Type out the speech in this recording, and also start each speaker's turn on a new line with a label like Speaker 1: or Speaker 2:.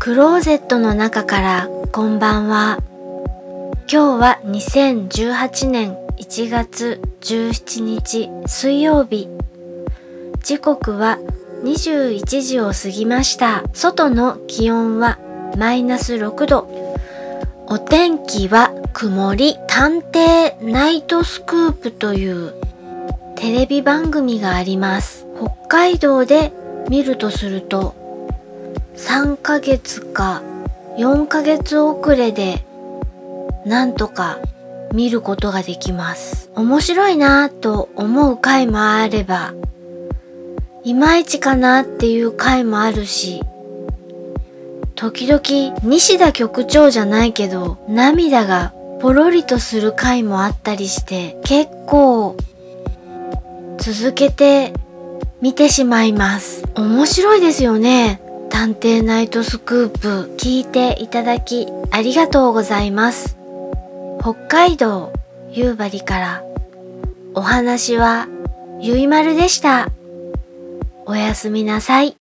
Speaker 1: クローゼットの中からこんばんは。今日は2018年1月17日水曜日。時刻は21時を過ぎました。外の気温はマイナス6度。お天気は曇り。探偵ナイトスクープというテレビ番組があります。北海道で見るとすると3ヶ月か4ヶ月遅れでなんとか見ることができます。面白いなぁと思う回もあれば、いまいちかなっていう回もあるし、時々西田局長じゃないけど涙がポロリとする回もあったりして、結構続けて見てしまいます。面白いですよね。探偵ナイトスクープ、聞いていただきありがとうございます。北海道夕張からお話はゆいまるでした。おやすみなさい。